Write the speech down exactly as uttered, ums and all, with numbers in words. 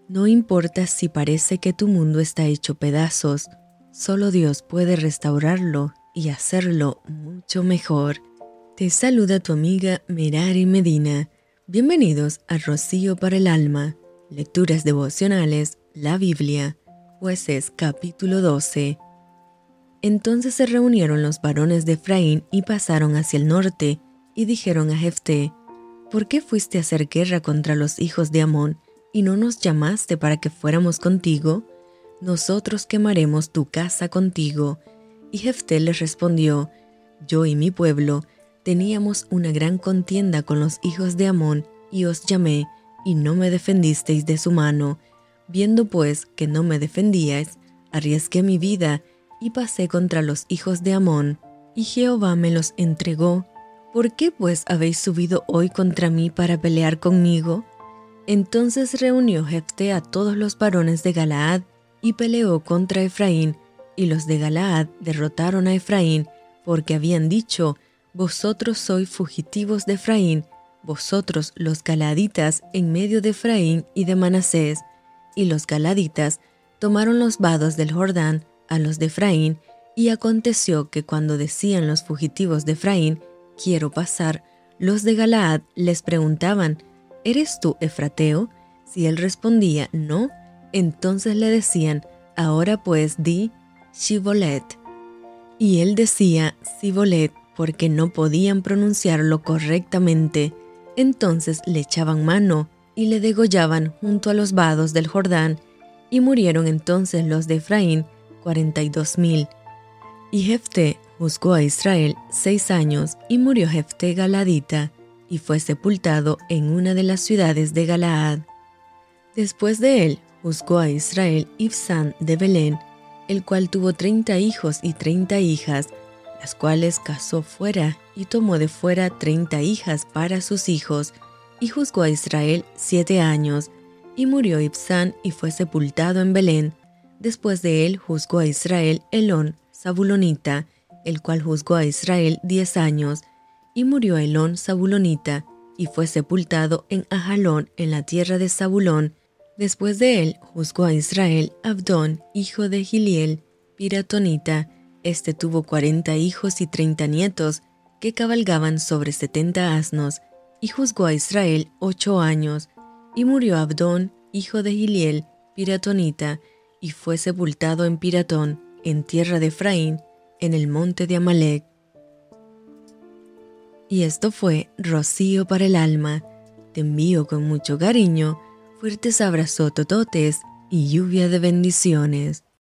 No importa si parece que tu mundo está hecho pedazos, solo Dios puede restaurarlo y hacerlo mucho mejor. Te saluda tu amiga Merari Medina. Bienvenidos a Rocío para el Alma, Lecturas Devocionales, la Biblia, Jueces capítulo doce. Entonces se reunieron los varones de Efraín y pasaron hacia el norte, y dijeron a Jefté: ¿Por qué fuiste a hacer guerra contra los hijos de Amón, y no nos llamaste para que fuéramos contigo? Nosotros quemaremos tu casa contigo. Y Jefté les respondió: Yo y mi pueblo teníamos una gran contienda con los hijos de Amón, y os llamé, y no me defendisteis de su mano. Viendo pues que no me defendíais, arriesgué mi vida, y pasé contra los hijos de Amón, y Jehová me los entregó. ¿Por qué pues habéis subido hoy contra mí para pelear conmigo? Entonces reunió Jefté a todos los varones de Galaad, y peleó contra Efraín, y los de Galaad derrotaron a Efraín, porque habían dicho: Vosotros sois fugitivos de Efraín, vosotros los galaaditas en medio de Efraín y de Manasés. Y los galaaditas tomaron los vados del Jordán a los de Efraín, y aconteció que cuando decían los fugitivos de Efraín: Quiero pasar, los de Galaad les preguntaban: ¿Eres tú efrateo? Si él respondía: No, entonces le decían: Ahora pues di Shibolet. Y él decía Sibolet porque no podían pronunciarlo correctamente. Entonces le echaban mano y le degollaban junto a los vados del Jordán, y murieron entonces los de Efraín cuarenta y dos mil. Y Jefté juzgó a Israel seis años, y murió Jefté galadita, y fue sepultado en una de las ciudades de Galaad. Después de él juzgó a Israel Ibzán de Belén, el cual tuvo treinta hijos y treinta hijas, las cuales casó fuera, y tomó de fuera treinta hijas para sus hijos, y juzgó a Israel siete años, y murió Ibzán y fue sepultado en Belén. Después de él juzgó a Israel Elón Zabulonita, el cual juzgó a Israel diez años, y murió Elón Zabulonita, y fue sepultado en Ajalón, en la tierra de Zabulón. Después de él juzgó a Israel Abdón, hijo de Giliel, Piratonita. Este tuvo cuarenta hijos y treinta nietos, que cabalgaban sobre setenta asnos, y juzgó a Israel ocho años. Y murió Abdón, hijo de Giliel, Piratonita, y fue sepultado en Piratón, en tierra de Efraín, en el monte de Amalec. Y esto fue Rocío para el Alma. Te envío con mucho cariño, fuertes abrazos tototes y lluvia de bendiciones.